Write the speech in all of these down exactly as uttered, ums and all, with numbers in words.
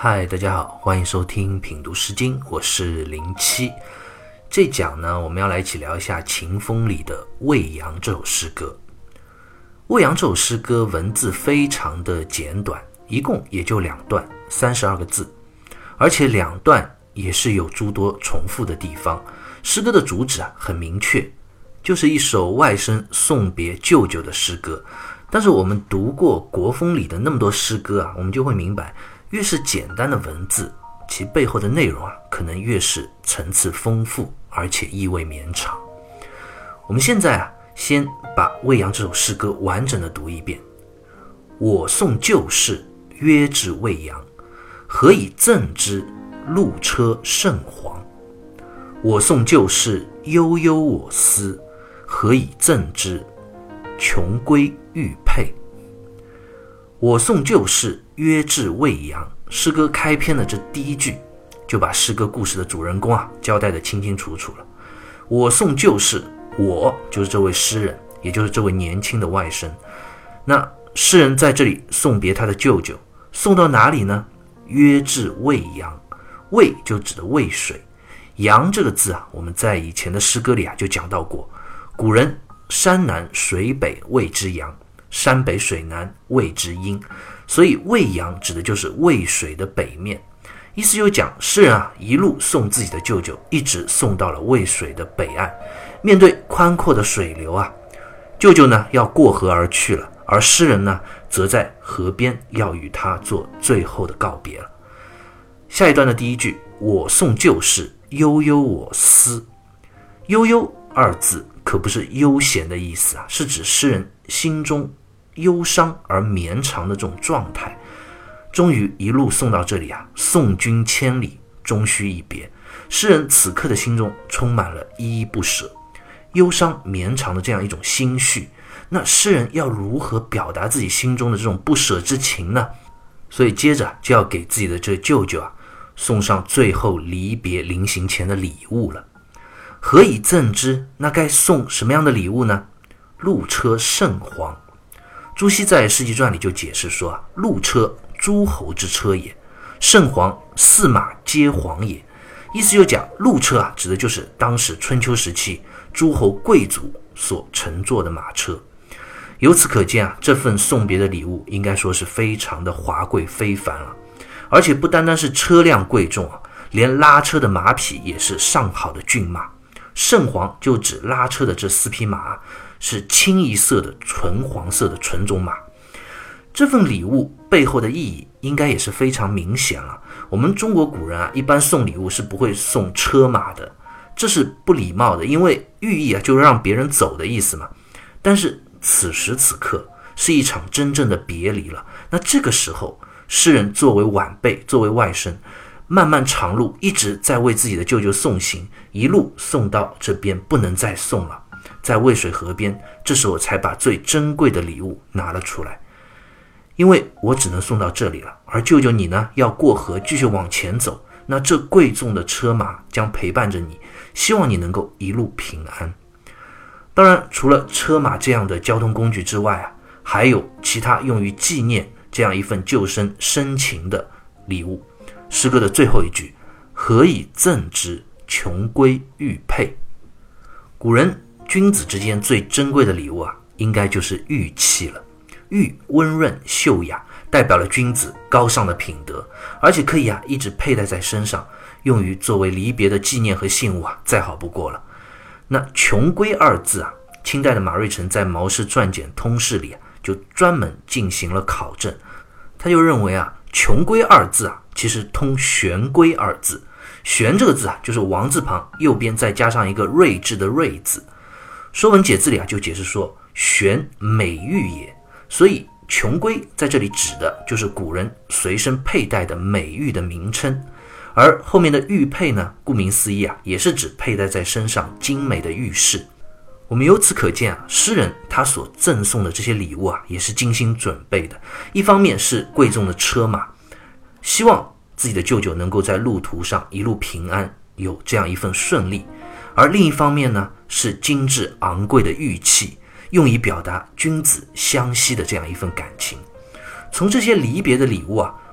嗨，大家好，欢迎收听品读诗经，我是零七。这讲呢，我们要来一起聊一下《秦风》里的《未央》这首诗歌。《未央》这首诗歌文字非常的简短，一共也就两段，三十二个字，而且两段也是有诸多重复的地方。诗歌的主旨啊很明确，就是一首外甥送别舅舅的诗歌。但是我们读过国风里的那么多诗歌啊，我们就会明白，越是简单的文字，其背后的内容啊，可能越是层次丰富，而且意味绵长。我们现在啊，先把《未央》这首诗歌完整的读一遍。我送旧事，约至未央，何以赠之？路车甚黄。我送旧事，悠悠我思，何以赠之？穷归玉佩。我送旧事，约至未央。诗歌开篇的这第一句，就把诗歌故事的主人公啊交代得清清楚楚了。我送旧事，我就是这位诗人，也就是这位年轻的外甥。那诗人在这里送别他的舅舅，送到哪里呢？约至未央。渭就指的渭水，阳这个字啊，我们在以前的诗歌里啊就讲到过，古人山南水北谓之阳，山北水南谓之阴，所以渭阳指的就是渭水的北面。意思就讲诗人啊一路送自己的舅舅，一直送到了渭水的北岸。面对宽阔的水流啊，舅舅呢要过河而去了，而诗人呢则在河边要与他做最后的告别了。下一段的第一句，我送旧事，悠悠我思。悠悠二字可不是悠闲的意思啊，是指诗人心中忧伤而绵长的这种状态。终于一路送到这里啊，送君千里，终须一别。诗人此刻的心中充满了依依不舍、忧伤绵长的这样一种心绪。那诗人要如何表达自己心中的这种不舍之情呢？所以接着就要给自己的这舅舅啊送上最后离别临行前的礼物了。何以赠之？那该送什么样的礼物呢？路车甚黄。朱熹在《世纪传》里就解释说啊，路车诸侯之车也，甚黄，驷马皆黄也。意思就讲路车啊，指的就是当时春秋时期诸侯贵族所乘坐的马车。由此可见啊，这份送别的礼物应该说是非常的华贵非凡了。而且不单单是车辆贵重啊，连拉车的马匹也是上好的骏马。甚黄就指拉车的这四匹马是清一色的纯黄色的纯种马。这份礼物背后的意义应该也是非常明显了。我们中国古人啊，一般送礼物是不会送车马的，这是不礼貌的，因为寓意啊就是让别人走的意思嘛。但是此时此刻是一场真正的别离了，那这个时候诗人作为晚辈，作为外甥，漫漫长路一直在为自己的舅舅送行，一路送到这边不能再送了，在渭水河边，这时候才把最珍贵的礼物拿了出来。因为我只能送到这里了，而舅舅你呢要过河继续往前走，那这贵重的车马将陪伴着你，希望你能够一路平安。当然除了车马这样的交通工具之外啊，还有其他用于纪念这样一份旧生深情的礼物。诗歌的最后一句，何以赠之？穷归玉佩。古人君子之间最珍贵的礼物啊，应该就是玉器了。玉温润秀雅，代表了君子高尚的品德，而且可以啊一直佩戴在身上，用于作为离别的纪念和信物啊，再好不过了。那穷归二字啊，清代的马瑞辰在《毛氏传简通释》里啊，就专门进行了考证。他就认为啊，穷归二字啊，其实通玄归二字。玄这个字啊，就是王字旁右边再加上一个睿智的睿字。说文解字里啊，就解释说，玄美玉也。所以穷归在这里指的就是古人随身佩戴的美玉的名称。而后面的玉佩呢，顾名思义啊，也是指佩戴在身上精美的玉饰。我们由此可见啊，诗人他所赠送的这些礼物啊，也是精心准备的。一方面是贵重的车马，希望自己的舅舅能够在路途上一路平安，有这样一份顺利；而另一方面呢，是精致昂贵的玉器，用以表达君子相惜的这样一份感情。从这些离别的礼物啊，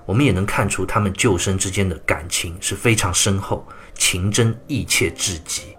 我们也能看出他们旧生之间的感情是非常深厚，情真意切至极。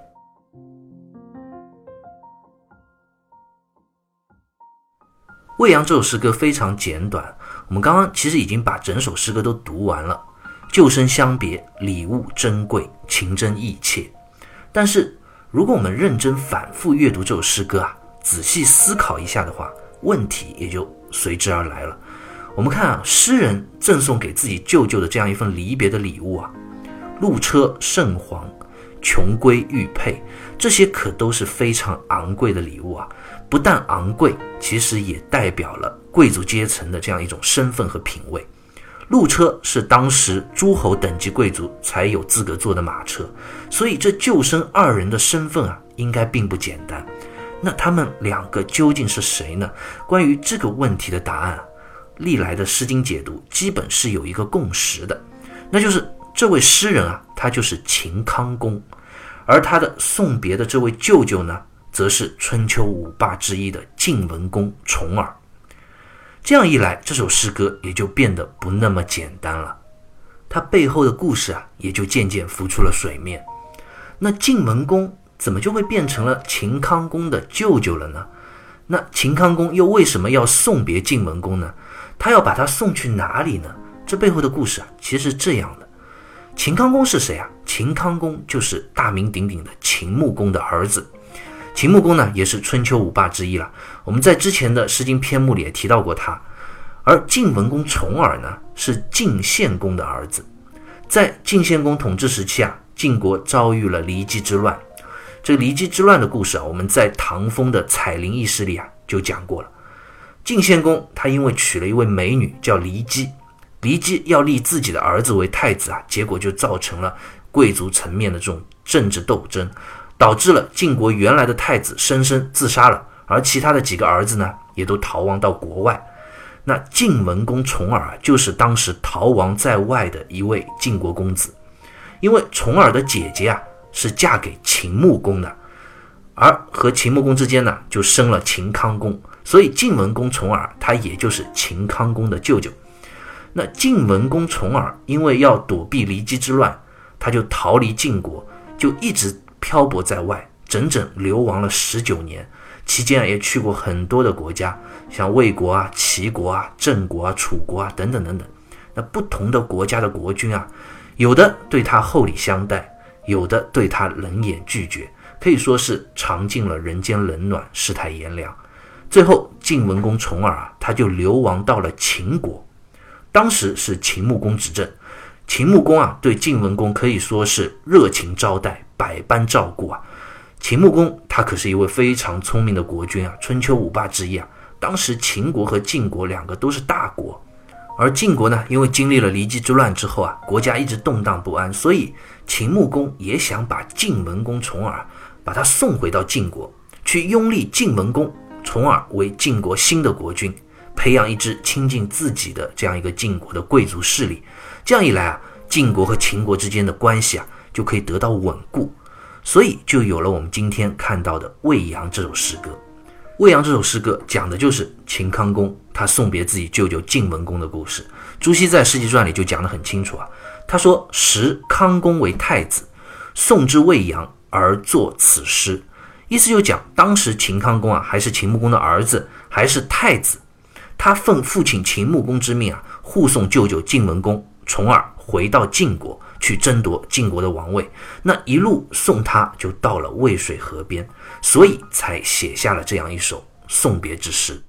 未央这首诗歌非常简短，我们刚刚其实已经把整首诗歌都读完了。旧生相别，礼物珍贵，情真意切。但是如果我们认真反复阅读这首诗歌啊，仔细思考一下的话，问题也就随之而来了。我们看啊，诗人赠送给自己舅舅的这样一份离别的礼物啊，鹿车圣黄，琼瑰玉佩，这些可都是非常昂贵的礼物啊。不但昂贵，其实也代表了贵族阶层的这样一种身份和品位。鹿车是当时诸侯等级贵族才有资格坐的马车，所以这旧生二人的身份啊，应该并不简单。那他们两个究竟是谁呢？关于这个问题的答案啊，历来的诗经解读基本是有一个共识的，那就是这位诗人啊，他就是秦康公，而他的送别的这位舅舅呢，则是春秋五霸之一的晋文公重耳。这样一来，这首诗歌也就变得不那么简单了，它背后的故事啊，也就渐渐浮出了水面。那晋文公怎么就会变成了秦康公的舅舅了呢？那秦康公又为什么要送别晋文公呢？他要把他送去哪里呢？这背后的故事啊，其实是这样的。秦康公是谁啊？秦康公就是大名鼎鼎的秦穆公的儿子。秦穆公呢，也是春秋五霸之一了。我们在之前的诗经篇目里也提到过他。而晋文公重耳呢，是晋献公的儿子。在晋献公统治时期啊，晋国遭遇了骊姬之乱。这个骊姬之乱的故事啊，我们在唐风的《采菱轶事》里啊就讲过了。晋献公他因为娶了一位美女叫骊姬，骊姬要立自己的儿子为太子啊，结果就造成了贵族层面的这种政治斗争，导致了晋国原来的太子申生自杀了，而其他的几个儿子呢，也都逃亡到国外。那晋文公重耳就是当时逃亡在外的一位晋国公子，因为重耳的姐姐啊是嫁给秦穆公的，而和秦穆公之间呢就生了秦康公，所以晋文公重耳他也就是秦康公的舅舅。那晋文公重耳因为要躲避骊姬之乱，他就逃离晋国，就一直漂泊在外，整整流亡了十九年。期间也去过很多的国家，像魏国啊、齐国啊、郑国啊、楚国啊等等等等。那不同的国家的国君啊，有的对他厚礼相待，有的对他冷眼拒绝，可以说是尝尽了人间冷暖，世态炎凉。最后晋文公重耳啊，他就流亡到了秦国。当时是秦穆公执政，秦穆公啊对晋文公可以说是热情招待，百般照顾啊。秦穆公他可是一位非常聪明的国君啊，春秋五霸之一啊。当时秦国和晋国两个都是大国，而晋国呢，因为经历了骊姬之乱之后啊，国家一直动荡不安，所以秦穆公也想把晋文公重耳把他送回到晋国，去拥立晋文公重耳为晋国新的国君，培养一支亲近自己的这样一个晋国的贵族势力。这样一来啊，晋国和秦国之间的关系啊就可以得到稳固。所以就有了我们今天看到的《未央》这首诗歌。《未央》这首诗歌讲的就是秦康公他送别自己舅舅晋文公的故事。朱熹在《世纪传》里就讲得很清楚啊，他说：“时康公为太子，送之未央而作此诗。”意思就讲，当时秦康公啊还是秦穆公的儿子，还是太子，他奉父亲秦穆公之命啊，护送舅舅晋文公重耳回到晋国，去争夺晋国的王位。那一路送他就到了渭水河边，所以才写下了这样一首送别之诗。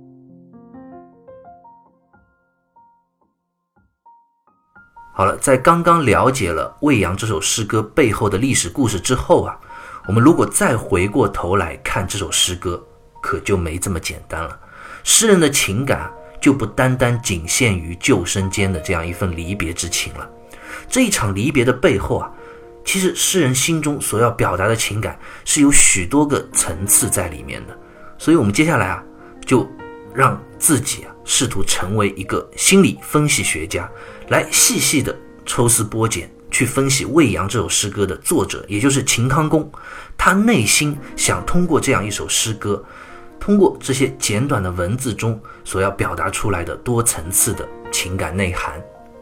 好了，在刚刚了解了《未央》这首诗歌背后的历史故事之后啊，我们如果再回过头来看这首诗歌，可就没这么简单了。诗人的情感就不单单仅限于旧生间的这样一份离别之情了。这一场离别的背后啊，其实诗人心中所要表达的情感是有许多个层次在里面的。所以我们接下来啊，就让自己啊试图成为一个心理分析学家，来细细的抽丝剥茧，去分析《未央》这首诗歌的作者，也就是秦康公，他内心想通过这样一首诗歌，通过这些简短的文字中所要表达出来的多层次的情感内涵。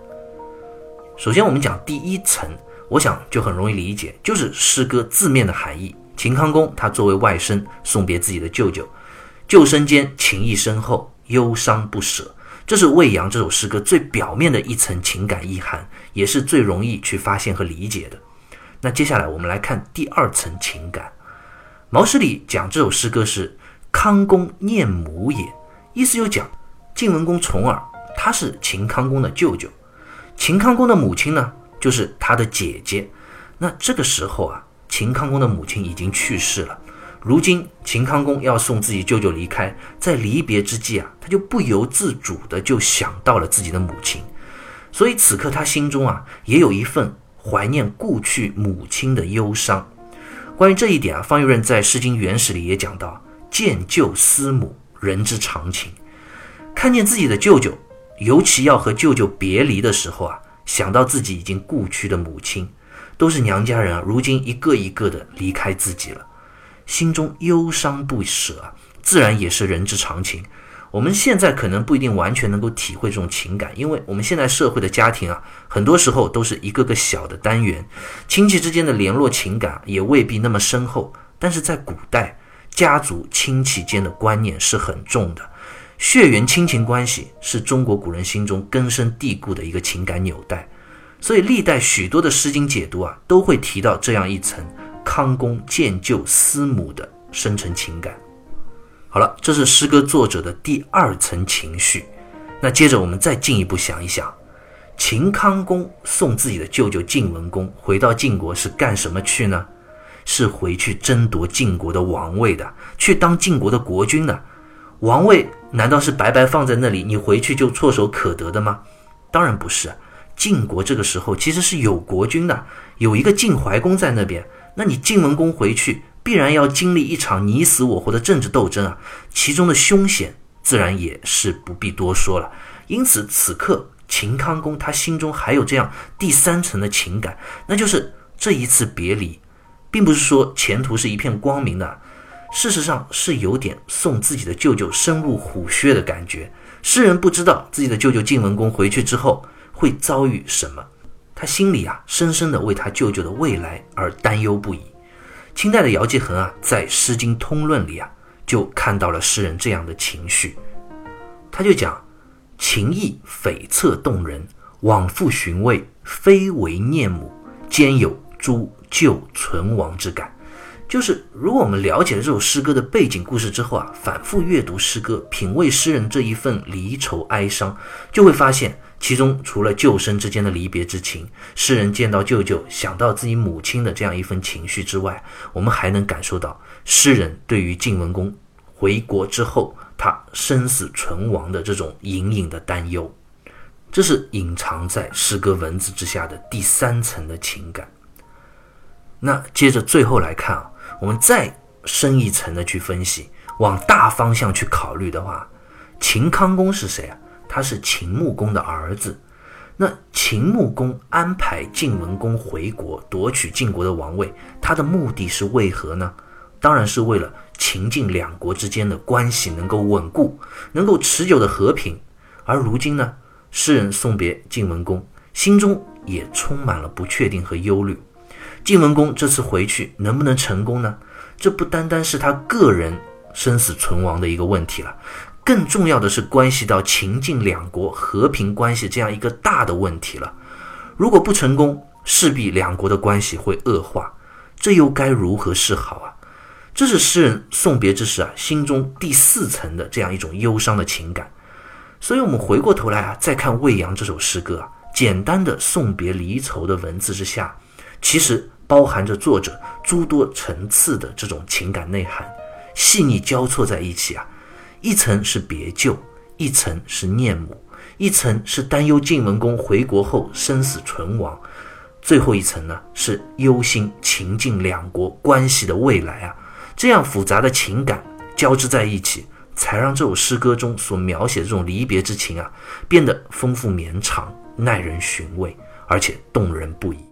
首先我们讲第一层，我想就很容易理解，就是诗歌字面的含义。秦康公他作为外甥送别自己的舅舅，救生间情谊深厚，忧伤不舍，这是《未央》这首诗歌最表面的一层情感意涵，也是最容易去发现和理解的。那接下来我们来看第二层情感。毛诗里讲这首诗歌是康公念母也，意思就讲晋文公重耳他是秦康公的舅舅，秦康公的母亲呢就是他的姐姐。那这个时候啊，秦康公的母亲已经去世了，如今秦康公要送自己舅舅离开，在离别之际啊，他就不由自主的就想到了自己的母亲，所以此刻他心中啊也有一份怀念故去母亲的忧伤。关于这一点啊，方玉润在《诗经原始》里也讲到，见舅思母，人之常情。看见自己的舅舅，尤其要和舅舅别离的时候啊，想到自己已经故去的母亲，都是娘家人啊，如今一个一个的离开自己了，心中忧伤不舍啊，自然也是人之常情。我们现在可能不一定完全能够体会这种情感，因为我们现在社会的家庭啊，很多时候都是一个个小的单元，亲戚之间的联络情感也未必那么深厚。但是在古代，家族亲戚间的观念是很重的，血缘亲情关系是中国古人心中根深蒂固的一个情感纽带。所以历代许多的诗经解读啊，都会提到这样一层康公见舅思母的深沉情感。好了，这是诗歌作者的第二层情绪。那接着我们再进一步想一想，秦康公送自己的舅舅晋文公回到晋国是干什么去呢？是回去争夺晋国的王位的，去当晋国的国君的。王位难道是白白放在那里，你回去就唾手可得的吗？当然不是。晋国这个时候其实是有国君的，有一个晋怀公在那边，那你晋文公回去必然要经历一场你死我活的政治斗争啊，其中的凶险自然也是不必多说了。因此此刻秦康公他心中还有这样第三层的情感，那就是这一次别离并不是说前途是一片光明的，事实上是有点送自己的舅舅深入虎穴的感觉。诗人不知道自己的舅舅晋文公回去之后会遭遇什么，他心里啊深深的为他舅舅的未来而担忧不已。清代的姚继恒啊，在《诗经通论》里啊，就看到了诗人这样的情绪。他就讲，情意悱恻动人，往复寻味，非为念母，兼有诸旧存亡之感。就是如果我们了解了这首诗歌的背景故事之后啊，反复阅读诗歌，品味诗人这一份离愁哀伤，就会发现其中除了旧生之间的离别之情，诗人见到舅舅想到自己母亲的这样一份情绪之外，我们还能感受到诗人对于晋文公回国之后他生死存亡的这种隐隐的担忧。这是隐藏在诗歌文字之下的第三层的情感。那接着最后来看啊，我们再深一层的去分析，往大方向去考虑的话，秦康公是谁啊？他是秦穆公的儿子。那秦穆公安排晋文公回国夺取晋国的王位，他的目的是为何呢？当然是为了秦晋两国之间的关系能够稳固，能够持久的和平。而如今呢，诗人送别晋文公，心中也充满了不确定和忧虑。晋文公这次回去能不能成功呢？这不单单是他个人生死存亡的一个问题了，更重要的是关系到秦晋两国和平关系这样一个大的问题了。如果不成功，势必两国的关系会恶化，这又该如何是好啊？这是诗人送别之时啊，心中第四层的这样一种忧伤的情感。所以我们回过头来啊，再看《未央》这首诗歌啊，简单的送别离愁的文字之下，其实包含着作者诸多层次的这种情感内涵，细腻交错在一起啊。一层是别舅，一层是念母，一层是担忧晋文公回国后生死存亡，最后一层呢是忧心秦晋两国关系的未来啊。这样复杂的情感交织在一起，才让这首诗歌中所描写的这种离别之情啊，变得丰富绵长，耐人寻味，而且动人不已。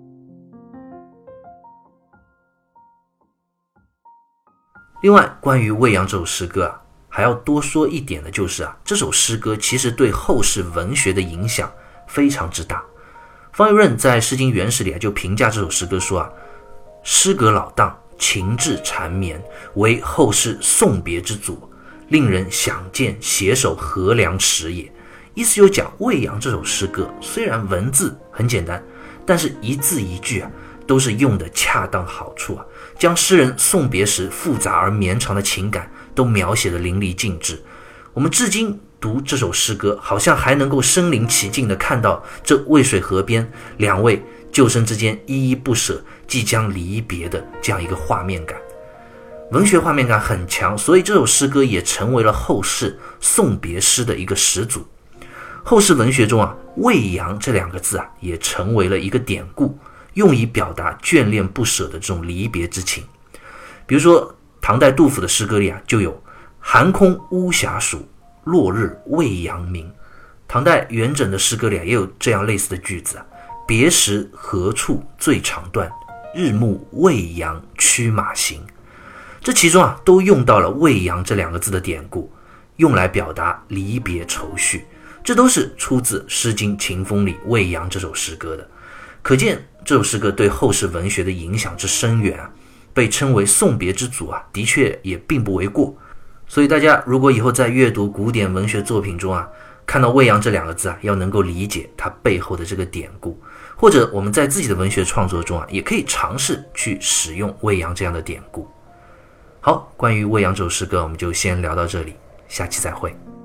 另外，关于《未央》这首诗歌啊，还要多说一点的就是啊，这首诗歌其实对后世文学的影响非常之大。 方玉润在《诗经原始》里啊就评价这首诗歌说啊，诗格老荡，情志缠绵，为后世送别之作，令人想见携手何良时也。意思就讲《未央》这首诗歌虽然文字很简单，但是一字一句啊都是用的恰当好处啊，将诗人送别时复杂而绵长的情感都描写得淋漓尽致。我们至今读这首诗歌，好像还能够身临其境地看到这渭水河边两位旧生之间依依不舍即将离别的这样一个画面感，文学画面感很强，所以这首诗歌也成为了后世送别诗的一个始祖。后世文学中啊，未央这两个字啊也成为了一个典故，用以表达眷恋不舍的这种离别之情。比如说唐代杜甫的诗歌里啊就有寒空巫峡暑，落日未央明。唐代元稹的诗歌里啊也有这样类似的句子啊，别时何处最长断，日暮未央驱马行。这其中啊都用到了未央这两个字的典故，用来表达离别愁绪。这都是出自《诗经·秦风》里《未央》这首诗歌的，可见这首诗歌对后世文学的影响之深远啊，被称为送别之祖啊，的确也并不为过。所以大家如果以后在阅读古典文学作品中啊，看到未央这两个字啊，要能够理解它背后的这个典故，或者我们在自己的文学创作中啊，也可以尝试去使用未央这样的典故。好，关于未央这首诗歌我们就先聊到这里，下期再会。